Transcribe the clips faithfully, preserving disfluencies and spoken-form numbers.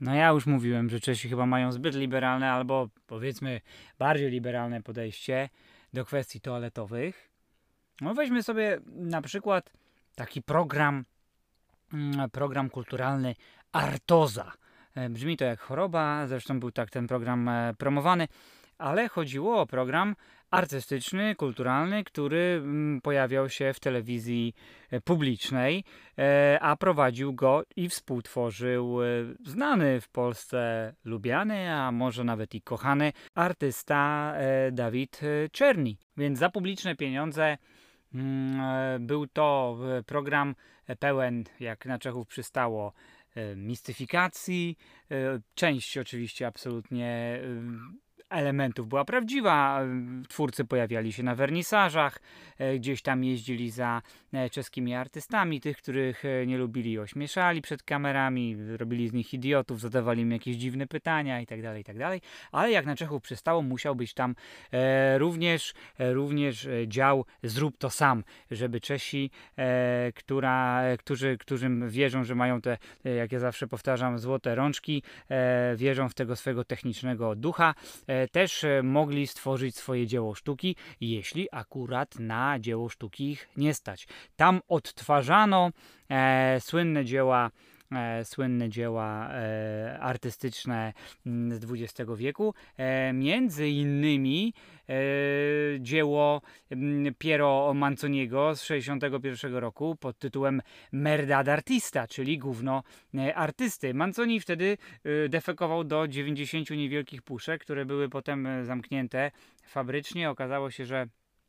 No ja już mówiłem, że Czesi chyba mają zbyt liberalne albo powiedzmy bardziej liberalne podejście do kwestii toaletowych. No weźmy sobie na przykład taki program, mm, program kulturalny Artoza. E, Brzmi to jak choroba, zresztą był tak ten program e, promowany, ale chodziło o program artystyczny, kulturalny, który mm, pojawiał się w telewizji e, publicznej, e, a prowadził go i współtworzył e, znany w Polsce, lubiany, a może nawet i kochany artysta e, Dawid e, Czerni. Więc za publiczne pieniądze mm, e, był to e, program pełen, jak na Czechów przystało, e, mistyfikacji. E, Część oczywiście absolutnie e, elementów była prawdziwa. Twórcy pojawiali się na wernisażach, e, gdzieś tam jeździli za e, czeskimi artystami, tych, których e, nie lubili, ośmieszali przed kamerami, robili z nich idiotów, zadawali im jakieś dziwne pytania itd., itd. Ale jak na Czechów przystało, musiał być tam e, również, e, również e, dział zrób to sam, żeby Czesi, e, która, e, którzy, którym wierzą, że mają te, e, jak ja zawsze powtarzam, złote rączki, e, wierzą w tego swojego technicznego ducha, e, też e, mogli stworzyć swoje dzieło sztuki, jeśli akurat na dzieło sztuki ich nie stać. Tam odtwarzano e, słynne dzieła E, słynne dzieła e, artystyczne m, z dwudziestego wieku, e, między innymi e, dzieło m, Piero Manzoniego z sześćdziesiątego pierwszego roku pod tytułem Merda d'Artista, czyli gówno e, artysty. Manzoni wtedy e, defekował do dziewięćdziesięciu niewielkich puszek, które były potem e, zamknięte fabrycznie. Okazało się, że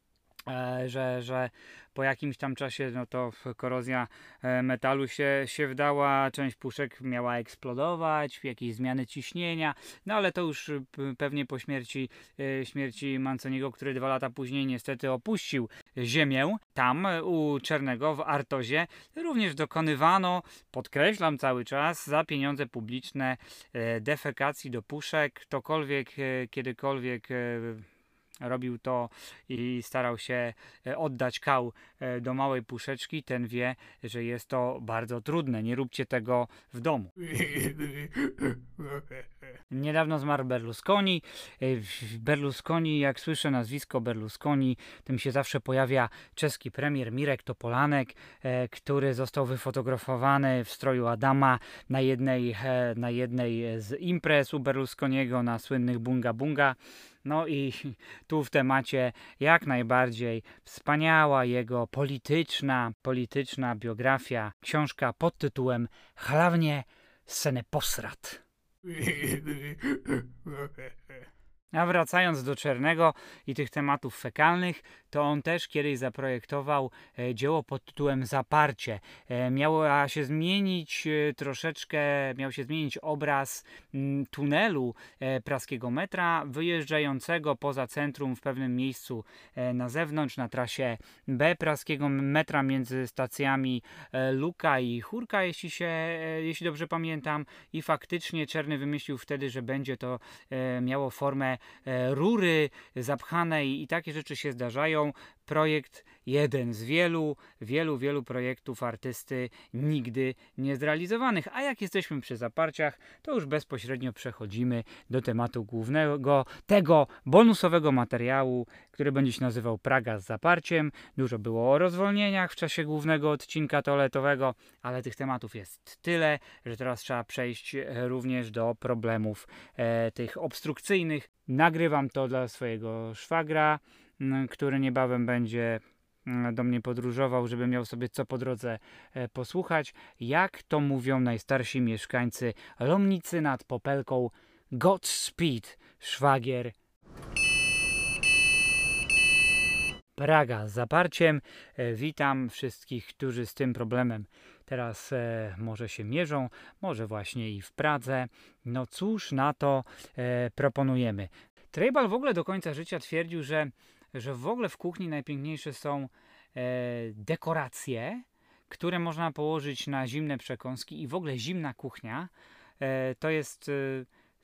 E, że, że po jakimś tam czasie no to korozja e, metalu się, się wdała, część puszek miała eksplodować, jakieś zmiany ciśnienia, no ale to już e, pewnie po śmierci, e, śmierci Manzoniego, który dwa lata później niestety opuścił ziemię. Tam e, u Czernego w Artozie również dokonywano, podkreślam cały czas, za pieniądze publiczne e, defekacji do puszek. Ktokolwiek e, kiedykolwiek e, robił to i starał się e, oddać kał e, do małej puszeczki, ten wie, że jest to bardzo trudne. Nie róbcie tego w domu. Niedawno zmarł Berlusconi. E, Berlusconi, jak słyszę nazwisko Berlusconi, to mi się zawsze pojawia czeski premier Mirek Topolanek, e, który został wyfotografowany w stroju Adama na jednej, e, na jednej z imprez u Berlusconiego, na słynnych Bunga Bunga. No i tu w temacie jak najbardziej wspaniała jego polityczna, polityczna biografia, książka pod tytułem Hlavně se neposrat. A wracając do Czernego i tych tematów fekalnych, to on też kiedyś zaprojektował e, dzieło pod tytułem Zaparcie. E, miała się zmienić e, troszeczkę, miał się zmienić obraz m, tunelu e, praskiego metra wyjeżdżającego poza centrum w pewnym miejscu e, na zewnątrz, na trasie B praskiego metra między stacjami e, Luka i Chórka, jeśli się, e, jeśli dobrze pamiętam. I faktycznie Czerny wymyślił wtedy, że będzie to e, miało formę e, rury zapchanej i takie rzeczy się zdarzają. Projekt jeden z wielu, wielu, wielu projektów artysty nigdy nie zrealizowanych. A jak jesteśmy przy zaparciach, to już bezpośrednio przechodzimy do tematu głównego, tego bonusowego materiału, który będzie się nazywał Praga z zaparciem. Dużo było o rozwolnieniach w czasie głównego odcinka toaletowego, ale tych tematów jest tyle, że teraz trzeba przejść również do problemów e, tych obstrukcyjnych. Nagrywam to dla swojego szwagra, który niebawem będzie do mnie podróżował, żeby miał sobie co po drodze e, posłuchać. Jak to mówią najstarsi mieszkańcy Lomnicy nad Popelką, Godspeed, szwagier. Praga z zaparciem. E, witam wszystkich, którzy z tym problemem teraz e, może się mierzą, może właśnie i w Pradze. No cóż na to e, proponujemy. Trejbal w ogóle do końca życia twierdził, że że w ogóle w kuchni najpiękniejsze są e, dekoracje, które można położyć na zimne przekąski i w ogóle zimna kuchnia e, to jest e,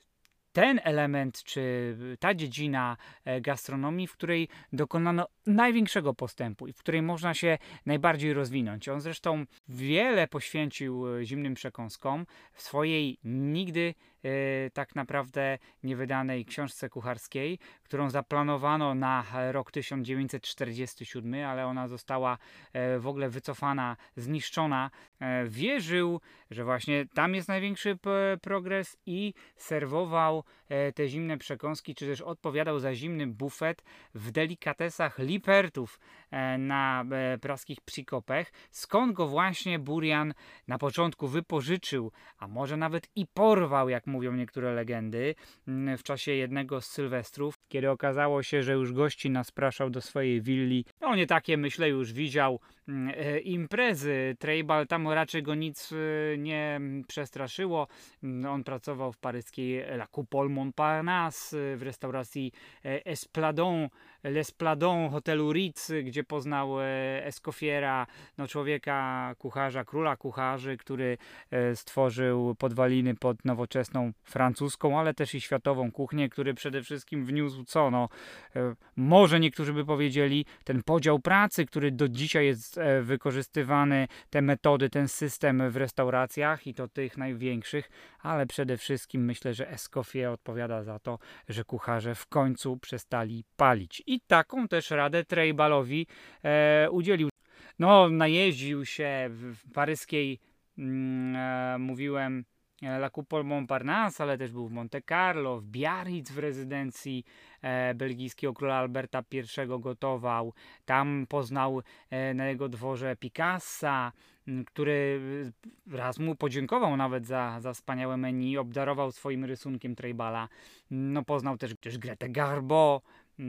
ten element, czy ta dziedzina gastronomii, w której dokonano największego postępu i w której można się najbardziej rozwinąć. On zresztą wiele poświęcił zimnym przekąskom w swojej nigdy e, tak naprawdę niewydanej książce kucharskiej, którą zaplanowano na rok tysiąc dziewięćset czterdziesty siódmy, ale ona została e, w ogóle wycofana, zniszczona. E, wierzył, że właśnie tam jest największy p- progres i serwował e, te zimne przekąski, czy też odpowiadał za zimny bufet w delikatesach Lipertów e, na e, praskich Psikopech, skąd go właśnie Burian na początku wypożyczył, a może nawet i porwał, jak mówią niektóre legendy, m, w czasie jednego z sylwestrów, kiedy okazało się, że już gości naspraszał do swojej willi. No nie takie, myślę, już widział m, e, imprezy. Treibal tam raczej go nic e, nie przestraszyło. M, On pracował w paryskiej La Coupole Montparnasse, w restauracji e, Espladon, L'Espladon hotelu Ritz, gdzie poznał e, Escoffiera, no człowieka kucharza, króla kucharzy, który e, stworzył podwaliny pod nowoczesną francuską, ale też i światową kuchnię, który przede wszystkim wniósł co? No, e, może niektórzy by powiedzieli, ten podział pracy, który do dzisiaj jest e, wykorzystywany, te metody, ten system w restauracjach i to tych największych, ale przede wszystkim myślę, że Escoffier odpowiada za to, że kucharze w końcu przestali palić. I taką też radę Treibalowi e, udzielił. No, najeździł się w, w paryskiej, mm, e, mówiłem, La Coupole Montparnasse, ale też był w Monte Carlo, w Biarritz w rezydencji e, belgijskiego króla Alberta pierwszego gotował. Tam poznał e, na jego dworze Picassa, m, który raz mu podziękował nawet za, za wspaniałe menu, obdarował swoim rysunkiem Treibala. No, poznał też, też Gretę Garbo,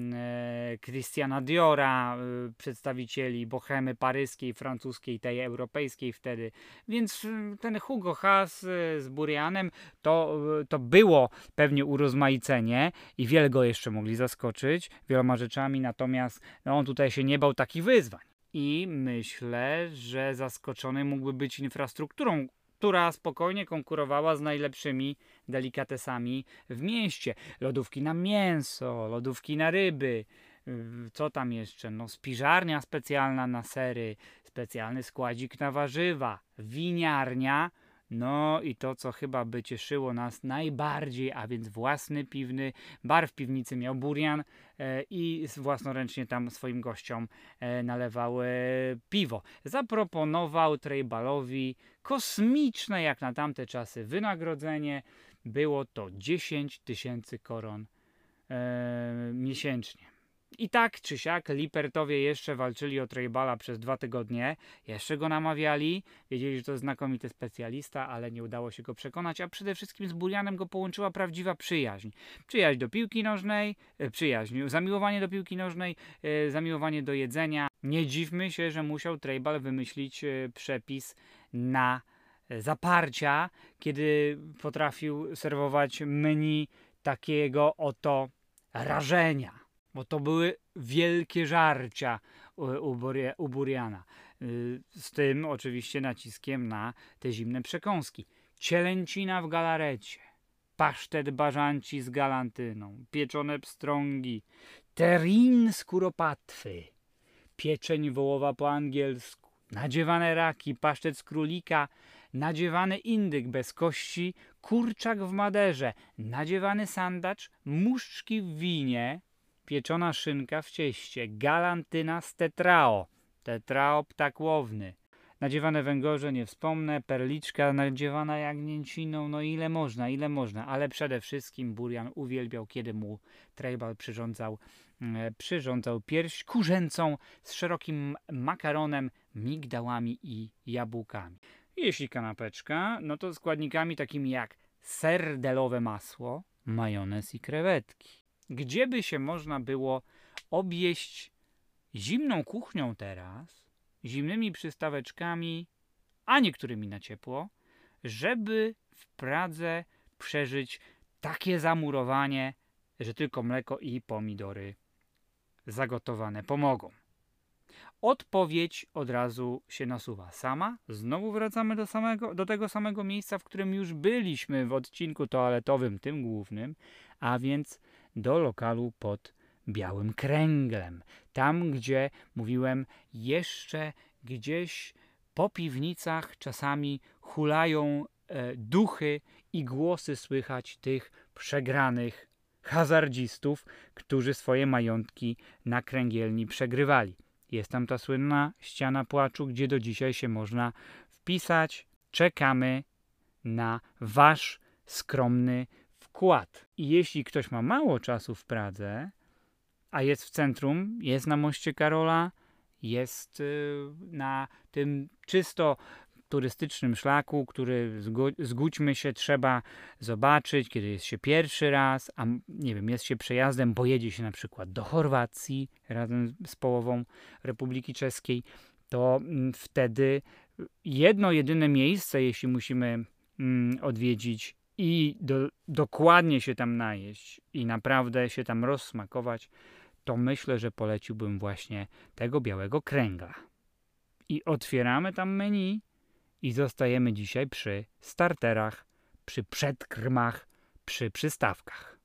e, Christiana Diora, e, przedstawicieli bohemy paryskiej, francuskiej, tej europejskiej wtedy. Więc e, ten Hugo Haas e, z Burianem to, e, to było pewnie urozmaicenie i wiele go jeszcze mogli zaskoczyć wieloma rzeczami, natomiast no, on tutaj się nie bał takich wyzwań. I myślę, że zaskoczony mógłby być infrastrukturą, która spokojnie konkurowała z najlepszymi delikatesami w mieście. Lodówki na mięso, lodówki na ryby, co tam jeszcze? No, spiżarnia specjalna na sery, specjalny składzik na warzywa, winiarnia, no i to, co chyba by cieszyło nas najbardziej, a więc własny piwny bar w piwnicy miał Burian e, i własnoręcznie tam swoim gościom e, nalewał e, piwo. Zaproponował Treibalowi kosmiczne jak na tamte czasy wynagrodzenie. Było to dziesięć tysięcy koron e, miesięcznie. I tak czy siak Lipertowie jeszcze walczyli o Treibala przez dwa tygodnie, jeszcze go namawiali, wiedzieli, że to znakomity specjalista, ale nie udało się go przekonać, a przede wszystkim z Burianem go połączyła prawdziwa przyjaźń. Przyjaźń do piłki nożnej, e, przyjaźń, zamiłowanie do piłki nożnej, e, zamiłowanie do jedzenia. Nie dziwmy się, że musiał Treibal wymyślić e, przepis na e, zaparcia, kiedy potrafił serwować menu takiego oto rażenia. Bo to były wielkie żarcia u, u, Buria, u Buriana. Yy, z tym oczywiście naciskiem na te zimne przekąski. Cielęcina w galarecie, pasztet bażanci z galantyną, pieczone pstrągi, terin z kuropatwy, pieczeń wołowa po angielsku, nadziewane raki, pasztet z królika, nadziewany indyk bez kości, kurczak w maderze, nadziewany sandacz, muszczki w winie, pieczona szynka w cieście, galantyna z tetrao, tetrao ptak łowny, nadziewane węgorze, nie wspomnę, perliczka nadziewana jagnięciną, no ile można, ile można, ale przede wszystkim Burian uwielbiał, kiedy mu Treibal przyrządzał, e, przyrządzał pierś kurzęcą z szerokim makaronem, migdałami i jabłkami. Jeśli kanapeczka, no to składnikami takimi jak serdelowe masło, majonez i krewetki. Gdzie by się można było objeść zimną kuchnią teraz, zimnymi przystaweczkami, a niektórymi na ciepło, żeby w Pradze przeżyć takie zamurowanie, że tylko mleko i pomidory zagotowane pomogą. Odpowiedź od razu się nasuwa sama. Znowu wracamy do, samego, do tego samego miejsca, w którym już byliśmy w odcinku toaletowym, tym głównym, a więc do lokalu pod Białym Kręglem. Tam, gdzie mówiłem, jeszcze gdzieś po piwnicach czasami hulają e, duchy i głosy słychać tych przegranych hazardzistów, którzy swoje majątki na kręgielni przegrywali. Jest tam ta słynna ściana płaczu, gdzie do dzisiaj się można wpisać. Czekamy na wasz skromny wkład. I jeśli ktoś ma mało czasu w Pradze, a jest w centrum, jest na Moście Karola, jest yy, na tym czysto turystycznym szlaku, który zgódźmy się, trzeba zobaczyć, kiedy jest się pierwszy raz, a nie wiem, jest się przejazdem, bo jedzie się na przykład do Chorwacji razem z połową Republiki Czeskiej, to wtedy jedno jedyne miejsce, jeśli musimy mm, odwiedzić i do, dokładnie się tam najeść i naprawdę się tam rozsmakować, to myślę, że poleciłbym właśnie tego Białego Kręgla. I otwieramy tam menu i zostajemy dzisiaj przy starterach, przy przedkrmach, przy przystawkach.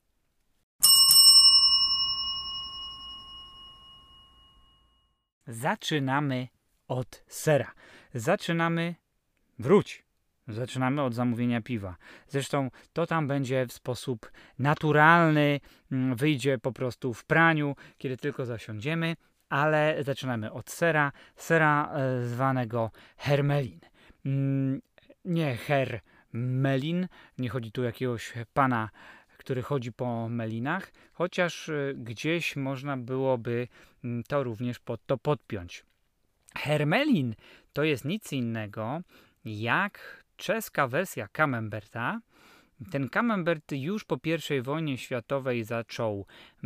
Zaczynamy od sera. Zaczynamy, wróć, zaczynamy od zamówienia piwa. Zresztą to tam będzie w sposób naturalny, wyjdzie po prostu w praniu, kiedy tylko zasiądziemy, ale zaczynamy od sera, sera e, zwanego hermelin. Mm, nie hermelin, nie chodzi tu o jakiegoś pana, który chodzi po melinach, chociaż e, gdzieś można byłoby m, to również pod to podpiąć. Hermelin to jest nic innego jak czeska wersja Camemberta. Ten Camembert już po pierwszej wojnie światowej zaczął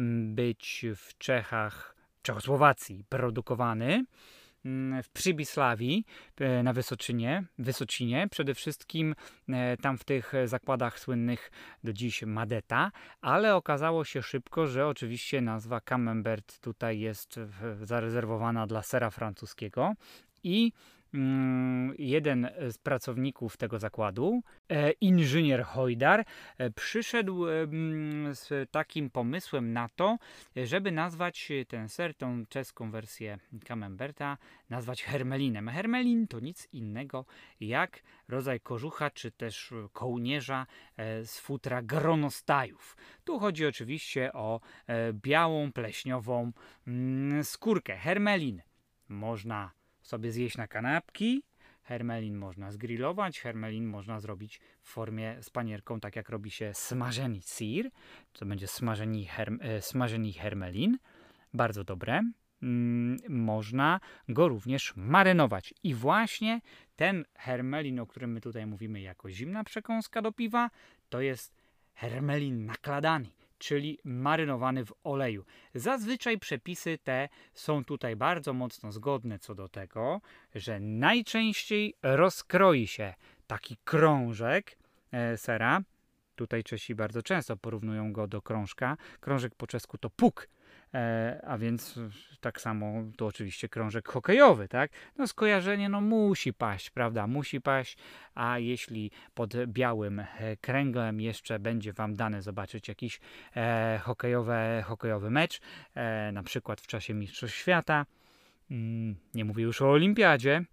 być w Czechach, Czechosłowacji produkowany, w Przybisławii na Wysoczynie, Wysocinie, przede wszystkim tam w tych zakładach słynnych do dziś Madeta, ale okazało się szybko, że oczywiście nazwa Camembert tutaj jest zarezerwowana dla sera francuskiego i jeden z pracowników tego zakładu, inżynier Hojdar, przyszedł z takim pomysłem na to, żeby nazwać ten ser, tą czeską wersję Camemberta, nazwać hermelinem. Hermelin to nic innego jak rodzaj kożucha, czy też kołnierza z futra gronostajów. Tu chodzi oczywiście o białą, pleśniową skórkę. Hermelin można sobie zjeść na kanapki, hermelin można zgrillować, hermelin można zrobić w formie z panierką, tak jak robi się smażeni sir, to będzie smażeni, herm, smażeni hermelin, bardzo dobre. Mm, można go również marynować i właśnie ten hermelin, o którym my tutaj mówimy jako zimna przekąska do piwa, to jest hermelin nakladany, czyli marynowany w oleju. Zazwyczaj przepisy te są tutaj bardzo mocno zgodne co do tego, że najczęściej rozkroi się taki krążek e, sera. Tutaj Czesi bardzo często porównują go do krążka. Krążek po czesku to puk, e, a więc tak samo to oczywiście krążek hokejowy, tak? No skojarzenie no musi paść, prawda? Musi paść, a jeśli pod Białym e, Kręglem jeszcze będzie wam dane zobaczyć jakiś e, hokejowy, hokejowy mecz, e, na przykład w czasie Mistrzostw Świata, mm, nie mówię już o Olimpiadzie,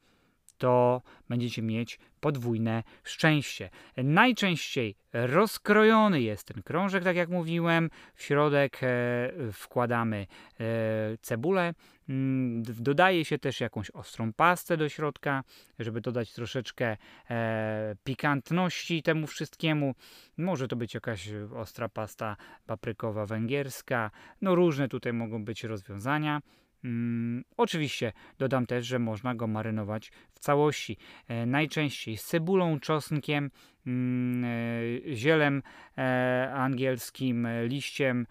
to będziecie mieć podwójne szczęście. Najczęściej rozkrojony jest ten krążek, tak jak mówiłem. W środek e, wkładamy e, cebulę. Mm, dodaje się też jakąś ostrą pastę do środka, żeby dodać troszeczkę e, pikantności temu wszystkiemu. Może to być jakaś ostra pasta paprykowa węgierska. No różne tutaj mogą być rozwiązania. Hmm, oczywiście dodam też, że można go marynować w całości. E, najczęściej z cebulą, czosnkiem, mm, e, zielem e, angielskim, e, liściem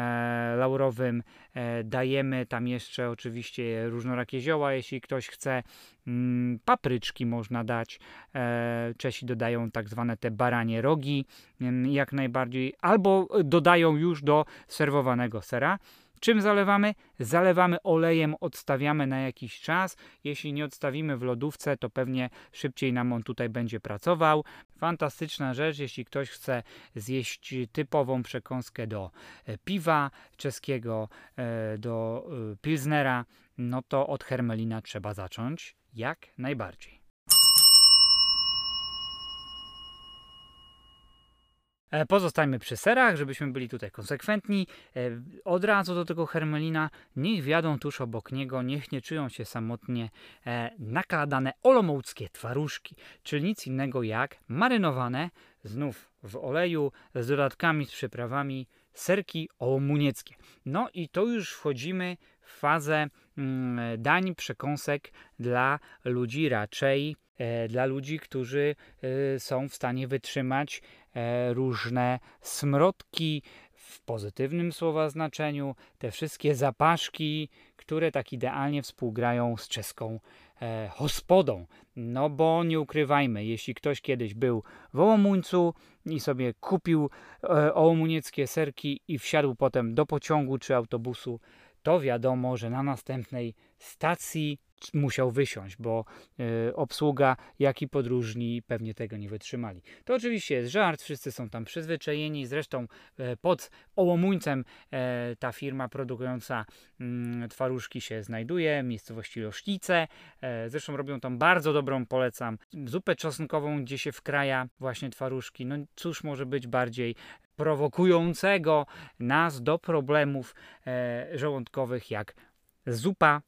e, laurowym. E, dajemy tam jeszcze oczywiście różnorakie zioła, jeśli ktoś chce. Mm, papryczki można dać. E, Czesi dodają tak zwane te baranie rogi, mm, jak najbardziej. Albo dodają już do serwowanego sera. Czym zalewamy? Zalewamy olejem, odstawiamy na jakiś czas. Jeśli nie odstawimy w lodówce, to pewnie szybciej nam on tutaj będzie pracował. Fantastyczna rzecz, jeśli ktoś chce zjeść typową przekąskę do piwa czeskiego, do pilsnera, no to od Hermelina trzeba zacząć jak najbardziej. Pozostajmy przy serach, żebyśmy byli tutaj konsekwentni. Od razu do tego Hermelina niech wjadą tuż obok niego, niech nie czują się samotnie nakładane olomouckie twaróżki, czyli nic innego jak marynowane, znów w oleju, z dodatkami, z przyprawami, serki ołomunieckie. No i to już wchodzimy w fazę mm, dań, przekąsek dla ludzi raczej, e, dla ludzi, którzy e, są w stanie wytrzymać e, różne smrodki w pozytywnym słowa znaczeniu, te wszystkie zapaszki, które tak idealnie współgrają z czeską e, hospodą. No bo nie ukrywajmy, jeśli ktoś kiedyś był w Ołomuńcu i sobie kupił e, ołomunieckie serki i wsiadł potem do pociągu czy autobusu, to wiadomo, że na następnej stacji musiał wysiąść, bo y, obsługa, jak i podróżni pewnie tego nie wytrzymali. To oczywiście jest żart, wszyscy są tam przyzwyczajeni, zresztą y, pod Ołomuńcem y, ta firma produkująca y, twaróżki się znajduje, w miejscowości Losznice, y, zresztą robią tam bardzo dobrą, polecam, zupę czosnkową, gdzie się wkraja właśnie twaróżki. No cóż może być bardziej prowokującego nas do problemów y, żołądkowych jak zupa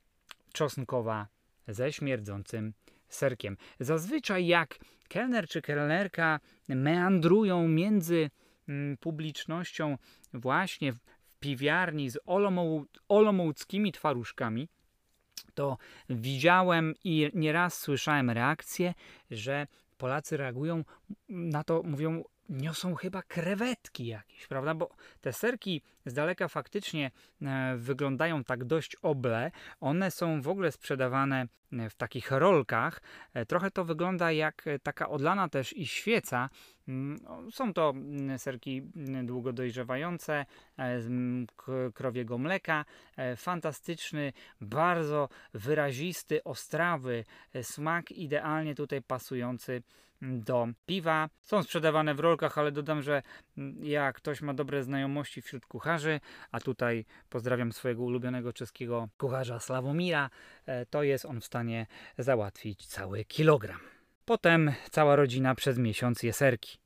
czosnkowa ze śmierdzącym serkiem. Zazwyczaj jak kelner czy kelnerka meandrują między mm, publicznością właśnie w piwiarni z olomou, olomouckimi twaróżkami, to widziałem i nieraz słyszałem reakcję, że Polacy reagują na to, mówią, niosą chyba krewetki jakieś, prawda? Bo te serki z daleka faktycznie e, wyglądają tak dość oble. One są w ogóle sprzedawane w takich rolkach. E, trochę to wygląda jak taka odlana też i świeca. Mm, są to serki długo dojrzewające e, z krowiego mleka. E, fantastyczny, bardzo wyrazisty, ostrawy e, smak, idealnie tutaj pasujący do piwa. Są sprzedawane w rolkach, ale dodam, że jak ktoś ma dobre znajomości wśród kucharzy, a tutaj pozdrawiam swojego ulubionego czeskiego kucharza Sławomira, to jest on w stanie załatwić cały kilogram. Potem cała rodzina przez miesiąc je serki.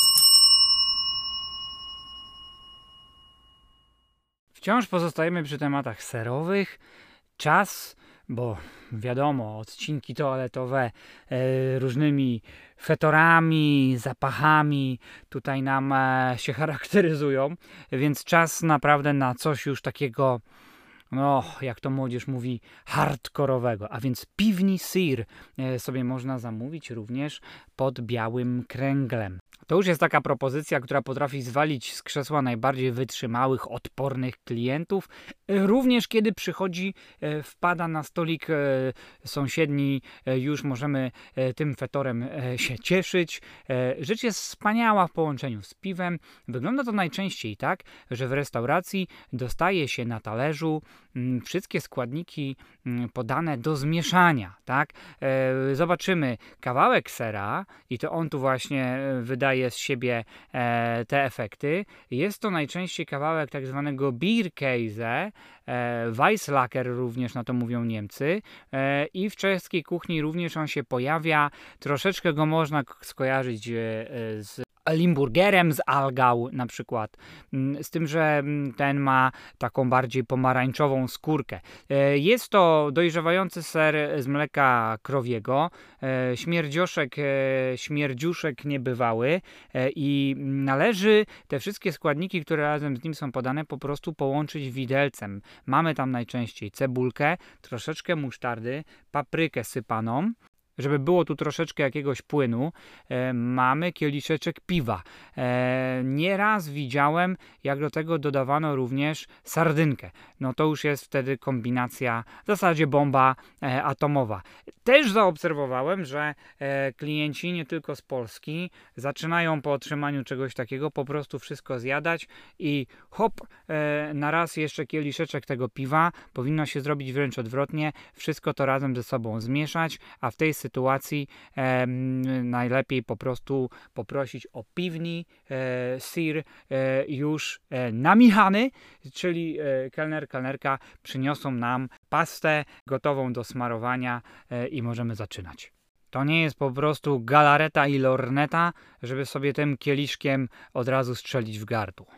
Wciąż pozostajemy przy tematach serowych. Czas, bo wiadomo, odcinki toaletowe e, różnymi fetorami, zapachami tutaj nam e, się charakteryzują, więc czas naprawdę na coś już takiego, no jak to młodzież mówi, hardkorowego, a więc piwni sir e, sobie można zamówić również pod białym kręglem. To już jest taka propozycja, która potrafi zwalić z krzesła najbardziej wytrzymałych, odpornych klientów. Również kiedy przychodzi, wpada na stolik sąsiedni, już możemy tym fetorem się cieszyć. Rzecz jest wspaniała w połączeniu z piwem. Wygląda to najczęściej tak, że w restauracji dostaje się na talerzu wszystkie składniki podane do zmieszania. Tak? Zobaczymy kawałek sera i to on tu właśnie wydaje z siebie e, te efekty. Jest to najczęściej kawałek tak zwanego Bierkäse, e, Weisslacker również na to mówią Niemcy e, i w czeskiej kuchni również on się pojawia. Troszeczkę go można skojarzyć e, z Limburgerem z Allgäu na przykład, z tym, że ten ma taką bardziej pomarańczową skórkę. Jest to dojrzewający ser z mleka krowiego, śmierdzioszek, śmierdziuszek niebywały i należy te wszystkie składniki, które razem z nim są podane, po prostu połączyć widelcem. Mamy tam najczęściej cebulkę, troszeczkę musztardy, paprykę sypaną, żeby było tu troszeczkę jakiegoś płynu, e, mamy kieliszeczek piwa. E, nieraz widziałem, jak do tego dodawano również sardynkę. No to już jest wtedy kombinacja, w zasadzie bomba e, atomowa. Też zaobserwowałem, że e, klienci nie tylko z Polski zaczynają po otrzymaniu czegoś takiego po prostu wszystko zjadać i hop, e, na raz jeszcze kieliszeczek tego piwa. Powinno się zrobić wręcz odwrotnie, wszystko to razem ze sobą zmieszać, a w tej sytuacji e, najlepiej po prostu poprosić o piwni e, sir e, już e, namichany, czyli e, kelner, kelnerka przyniosą nam pastę gotową do smarowania e, i możemy zaczynać. To nie jest po prostu galareta i lorneta, żeby sobie tym kieliszkiem od razu strzelić w gardło.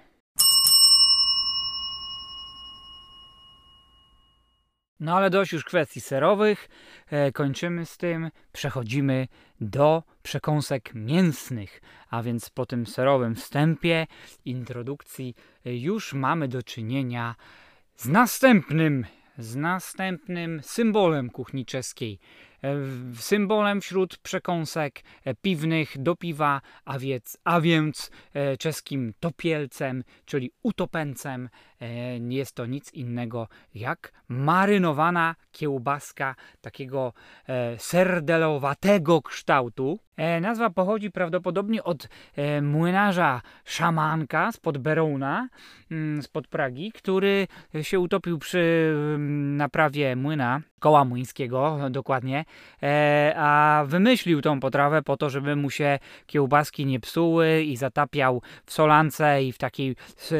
No ale dość już kwestii serowych, e, kończymy z tym, przechodzimy do przekąsek mięsnych, a więc po tym serowym wstępie, introdukcji e, już mamy do czynienia z następnym, z następnym symbolem kuchni czeskiej. E, symbolem wśród przekąsek e, piwnych do piwa, a więc, a więc e, czeskim topielcem, czyli utopencem. E, jest to nic innego jak marynowana kiełbaska takiego e, serdelowatego kształtu. E, nazwa pochodzi prawdopodobnie od e, młynarza Szamanka spod Berouna, mm, spod Pragi, który się utopił przy mm, naprawie młyna, koła młyńskiego dokładnie, e, a wymyślił tą potrawę po to, żeby mu się kiełbaski nie psuły i zatapiał w solance i w takiej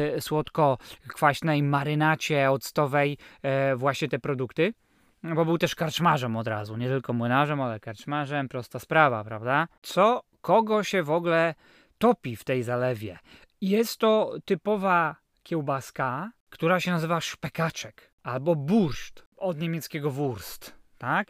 słodko-kwaśnej marynacie octowej e, właśnie te produkty. Bo był też karczmarzem od razu, nie tylko młynarzem, ale karczmarzem, prosta sprawa, prawda? Co, kogo się w ogóle topi w tej zalewie? Jest to typowa kiełbaska, która się nazywa szpekaczek albo burszt, od niemieckiego Wurst. Tak?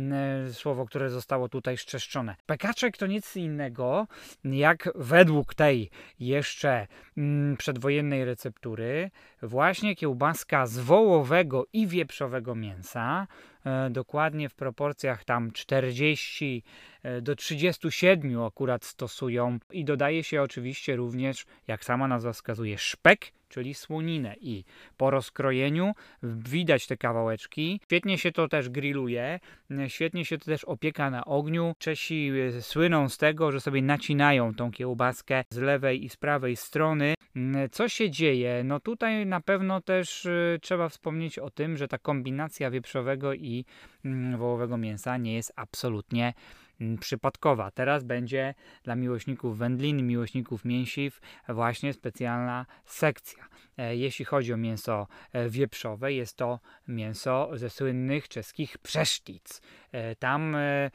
Słowo, które zostało tutaj szczeszczone. Pekaczek to nic innego jak według tej jeszcze mm, przedwojennej receptury właśnie kiełbaska z wołowego i wieprzowego mięsa, e, dokładnie w proporcjach tam czterdzieści do trzydziestu siedmiu akurat stosują i dodaje się oczywiście również, jak sama nazwa wskazuje, szpek, czyli słoninę i po rozkrojeniu widać te kawałeczki. Świetnie się to też grilluje, świetnie się to też opieka na ogniu. Czesi słyną z tego, że sobie nacinają tą kiełbaskę z lewej i z prawej strony. Co się dzieje? No tutaj na pewno też y, trzeba wspomnieć o tym, że ta kombinacja wieprzowego i y, wołowego mięsa nie jest absolutnie przypadkowa. Teraz będzie dla miłośników wędlin, miłośników mięsiw właśnie specjalna sekcja. Jeśli chodzi o mięso wieprzowe, jest to mięso ze słynnych czeskich przesztic. Tam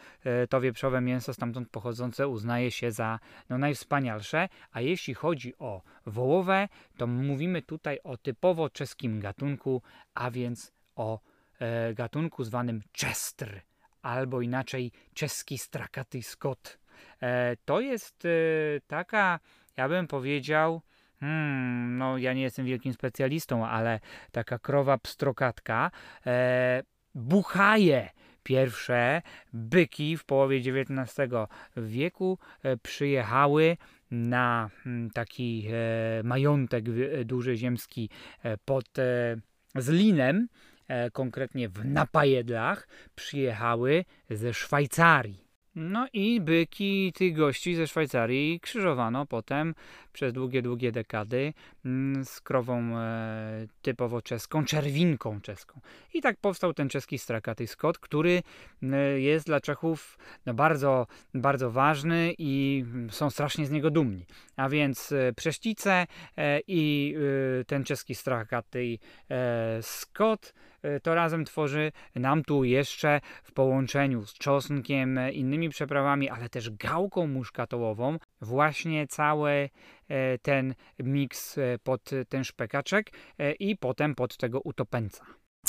to wieprzowe mięso stamtąd pochodzące uznaje się za no, najwspanialsze, a jeśli chodzi o wołowe, to mówimy tutaj o typowo czeskim gatunku, a więc o gatunku zwanym czestr, albo inaczej czeski strakaty skot. E, to jest e, taka, ja bym powiedział, hmm, no ja nie jestem wielkim specjalistą, ale taka krowa pstrokatka, e, buchaje. Pierwsze byki w połowie dziewiętnastego wieku e, przyjechały na m, taki e, majątek e, duży ziemski e, pod e, Zlinem, E, konkretnie w Napajedlach, przyjechały ze Szwajcarii. No i byki tych gości ze Szwajcarii krzyżowano potem przez długie, długie dekady mm, z krową e, typowo czeską, czerwinką czeską. I tak powstał ten czeski strakaty skot, który e, jest dla Czechów no, bardzo, bardzo ważny i są strasznie z niego dumni. A więc e, przeszcice e, i e, ten czeski strakaty e, skot to razem tworzy nam tu jeszcze w połączeniu z czosnkiem, innymi przyprawami, ale też gałką muszkatołową właśnie cały ten miks pod ten szpekaczek i potem pod tego utopeńca.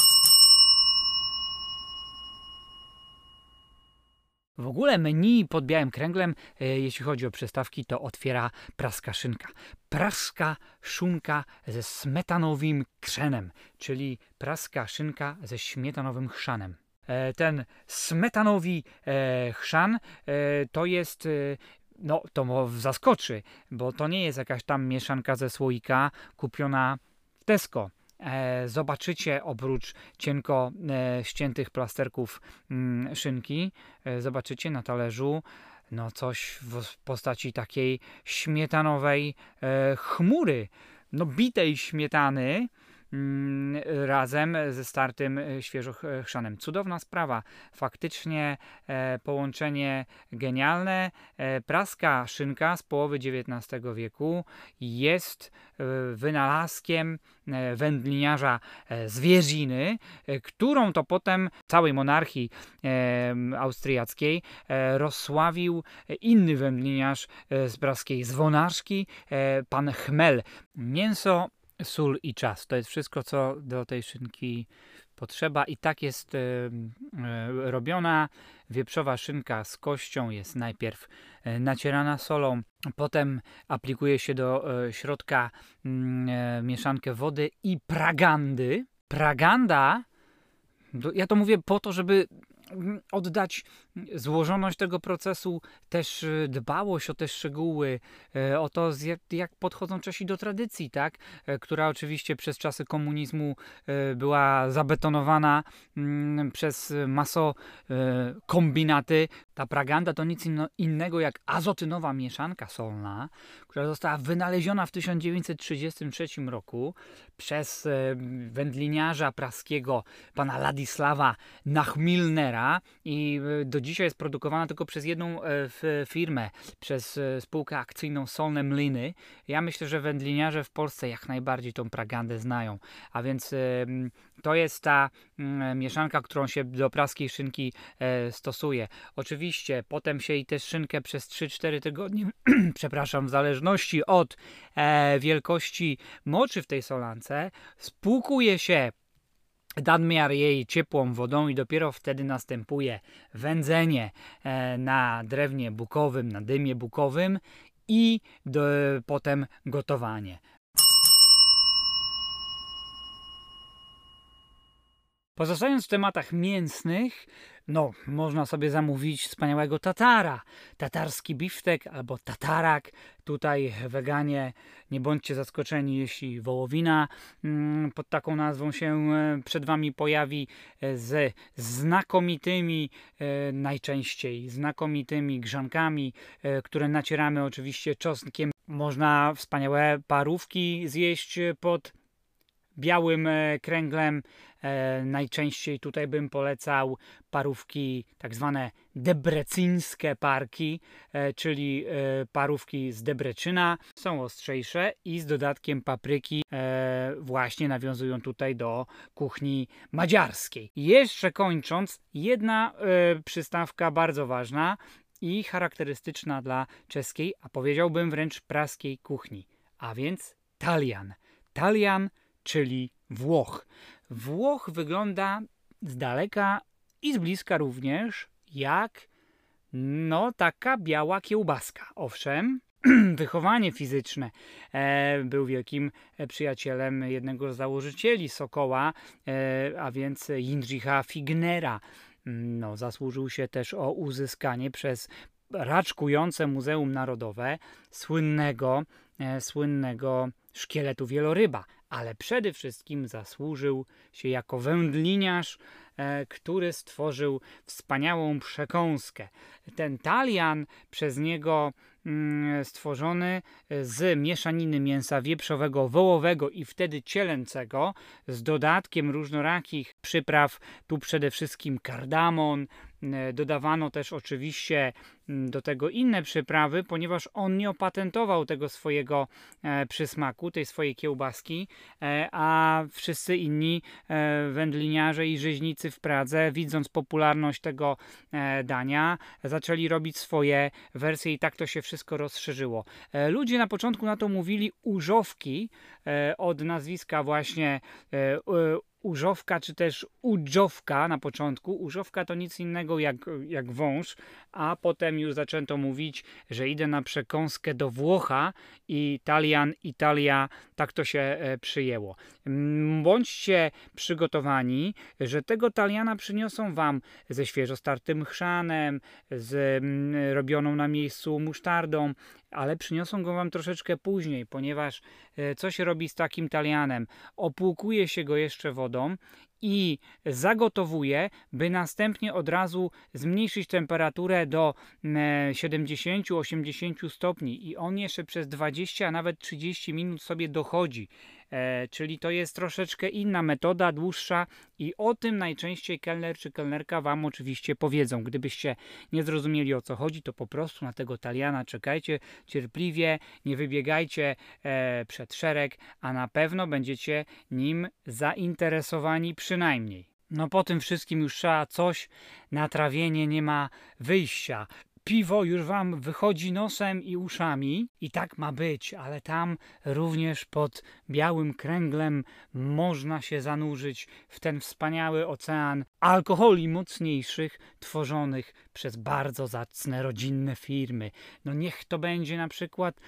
W ogóle menu pod białym kręglem, e, jeśli chodzi o przystawki, to otwiera praska szynka. Praska szynka ze smetanowym krzenem, czyli praska szynka ze śmietanowym chrzanem. E, ten smetanowy e, chrzan e, to jest, e, no to was zaskoczy, bo to nie jest jakaś tam mieszanka ze słoika kupiona w Tesco. E, zobaczycie oprócz cienko e, ściętych plasterków mm, szynki, e, zobaczycie na talerzu no coś w postaci takiej śmietanowej e, chmury, no bitej śmietany mm, razem ze startym e, świeżo chrzanem. Cudowna sprawa, faktycznie e, połączenie genialne. E, praska szynka z połowy dziewiętnastego wieku jest e, wynalazkiem e, wędliniarza e, z Wierziny, e, którą to potem całej monarchii e, austriackiej e, rozsławił inny wędliniarz e, z praskiej Zwonarszki, e, pan Chmel. Mięso, sól i czas. To jest wszystko, co do tej szynki potrzeba i tak jest e, e, robiona. Wieprzowa szynka z kością jest najpierw e, nacierana solą, potem aplikuje się do e, środka mm, e, mieszankę wody i pragandy. Praganda, to, ja to mówię po to, żeby oddać złożoność tego procesu, też dbałość o te szczegóły, o to jak, jak podchodzą Czesi do tradycji, tak? Która oczywiście przez czasy komunizmu była zabetonowana przez masokombinaty. Ta praganda to nic innego jak azotynowa mieszanka solna, która została wynaleziona w tysiąc dziewięćset trzydziestym trzecim roku przez wędliniarza praskiego pana Ladisława Nachmilnera i do dzisiaj jest produkowana tylko przez jedną firmę, przez spółkę akcyjną Solne Mlyny. Ja myślę, że wędliniarze w Polsce jak najbardziej tą pragandę znają, a więc to jest ta mieszanka, którą się do praskiej szynki stosuje. Oczywiście potem się i też szynkę przez trzy cztery tygodnie, przepraszam, w zależności od wielkości moczy w tej solance, spłukuje się nadmiar jej ciepłą wodą i dopiero wtedy następuje wędzenie e, na drewnie bukowym, na dymie bukowym i do, potem gotowanie. Pozostając w tematach mięsnych, no, można sobie zamówić wspaniałego tatara. Tatarski biftek albo tatarak. Tutaj weganie, nie bądźcie zaskoczeni, jeśli wołowina mm, pod taką nazwą się przed Wami pojawi, z znakomitymi, e, najczęściej znakomitymi grzankami, e, które nacieramy oczywiście czosnkiem. Można wspaniałe parówki zjeść pod białym e, kręglem. E, najczęściej tutaj bym polecał parówki tak zwane debrecyńskie parki, e, czyli e, parówki z Debreczyna. Są ostrzejsze i z dodatkiem papryki e, właśnie nawiązują tutaj do kuchni madziarskiej. Jeszcze kończąc, jedna e, przystawka bardzo ważna i charakterystyczna dla czeskiej, a powiedziałbym wręcz praskiej kuchni, a więc talian. Talian, czyli Włoch. Włoch wygląda z daleka i z bliska również jak no taka biała kiełbaska. Owszem, wychowanie fizyczne. E, był wielkim przyjacielem jednego z założycieli Sokoła, e, a więc Jindřicha Fignera. No, zasłużył się też o uzyskanie przez raczkujące Muzeum Narodowe słynnego, e, słynnego szkieletu wieloryba, ale przede wszystkim zasłużył się jako wędliniarz, e, który stworzył wspaniałą przekąskę. Ten talian przez niego mm, stworzony z mieszaniny mięsa wieprzowego, wołowego i wtedy cielęcego z dodatkiem różnorakich przypraw, tu przede wszystkim kardamon. Dodawano też oczywiście do tego inne przyprawy, ponieważ on nie opatentował tego swojego e, przysmaku, tej swojej kiełbaski, e, a wszyscy inni e, wędliniarze i rzeźnicy w Pradze, widząc popularność tego e, dania, zaczęli robić swoje wersje i tak to się wszystko rozszerzyło. E, ludzie na początku na to mówili użowki, e, od nazwiska właśnie e, użowka, czy też udżowka na początku. Użowka to nic innego jak, jak wąż, a potem już zaczęto mówić, że idę na przekąskę do Włocha i Talian, Italia, tak to się e, przyjęło. Bądźcie przygotowani, że tego Taliana przyniosą wam ze świeżo startym chrzanem, z mm, robioną na miejscu musztardą, ale przyniosą go wam troszeczkę później, ponieważ e, co się robi z takim Talianem? Opłukuje się go jeszcze wodą i zagotowuje, by następnie od razu zmniejszyć temperaturę do siedemdziesiąt do osiemdziesięciu stopni i on jeszcze przez dwadzieścia, a nawet trzydzieści minut sobie dochodzi. E, czyli to jest troszeczkę inna metoda, dłuższa i o tym najczęściej kelner czy kelnerka wam oczywiście powiedzą. Gdybyście nie zrozumieli, o co chodzi, to po prostu na tego Taliana czekajcie cierpliwie, nie wybiegajcie e, przed szereg, a na pewno będziecie nim zainteresowani przynajmniej. No po tym wszystkim już trzeba coś, na trawienie nie ma wyjścia. Piwo już wam wychodzi nosem i uszami i tak ma być, ale tam również pod białym kręglem można się zanurzyć w ten wspaniały ocean alkoholi mocniejszych tworzonych przez bardzo zacne rodzinne firmy. No niech to będzie na przykład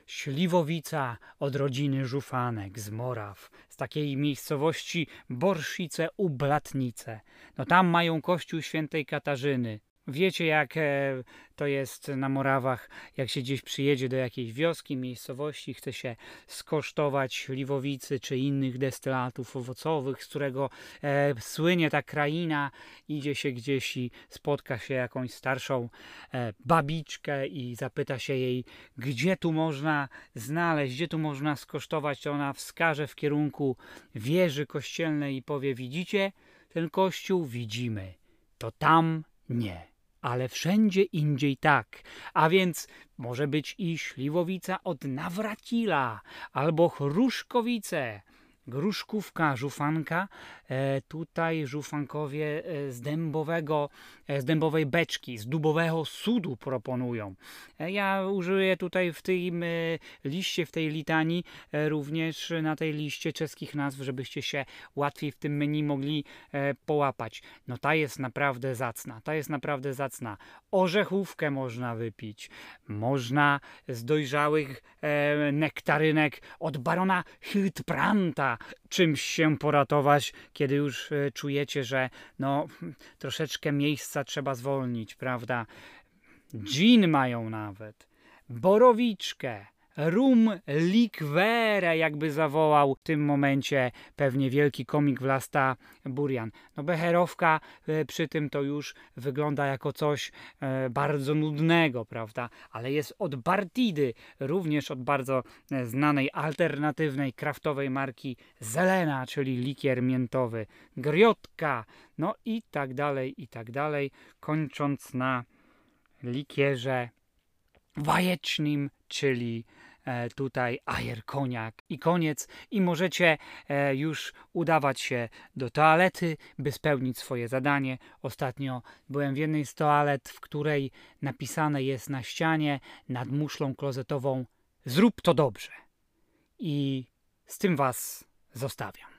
śliwowica od rodziny Żufanek z Moraw, z takiej miejscowości Borszice u Blatnice. No tam mają kościół świętej Katarzyny. Wiecie, jak e, to jest na Morawach, jak się gdzieś przyjedzie do jakiejś wioski, miejscowości, chce się skosztować śliwowicy czy innych destylatów owocowych, z którego e, słynie ta kraina, idzie się gdzieś i spotka się jakąś starszą e, babiczkę i zapyta się jej, gdzie tu można znaleźć, gdzie tu można skosztować, to ona wskaże w kierunku wieży kościelnej i powie, widzicie ten kościół? Widzimy. To tam nie. Ale wszędzie indziej tak, a więc może być i śliwowica od Nawracila, albo chruszkowice, gruszkówka, żufanka, e, tutaj żufankowie e, z dębowego, e, z dębowej beczki, z dubowego sudu proponują. E, ja użyję tutaj w tym e, liście, w tej litanii, e, również na tej liście czeskich nazw, żebyście się łatwiej w tym menu mogli e, połapać. No ta jest naprawdę zacna, ta jest naprawdę zacna. Orzechówkę można wypić, można z dojrzałych e, nektarynek od barona Hildbrandta czymś się poratować, kiedy już e, czujecie, że no troszeczkę miejsca trzeba zwolnić, prawda? Gin mają nawet, borowiczkę, rum likwere, jakby zawołał w tym momencie pewnie wielki komik Vlasta Burian. No becherowka e, przy tym to już wygląda jako coś e, bardzo nudnego, prawda? Ale jest od Bartidy, również od bardzo e, znanej, alternatywnej, kraftowej marki Zelena, czyli likier miętowy, griotka, no i tak dalej, i tak dalej, kończąc na likierze wajecznym, czyli e, tutaj ajer koniak i koniec i możecie e, już udawać się do toalety, by spełnić swoje zadanie. Ostatnio byłem w jednej z toalet, w której napisane jest na ścianie nad muszlą klozetową zrób to dobrze i z tym was zostawiam.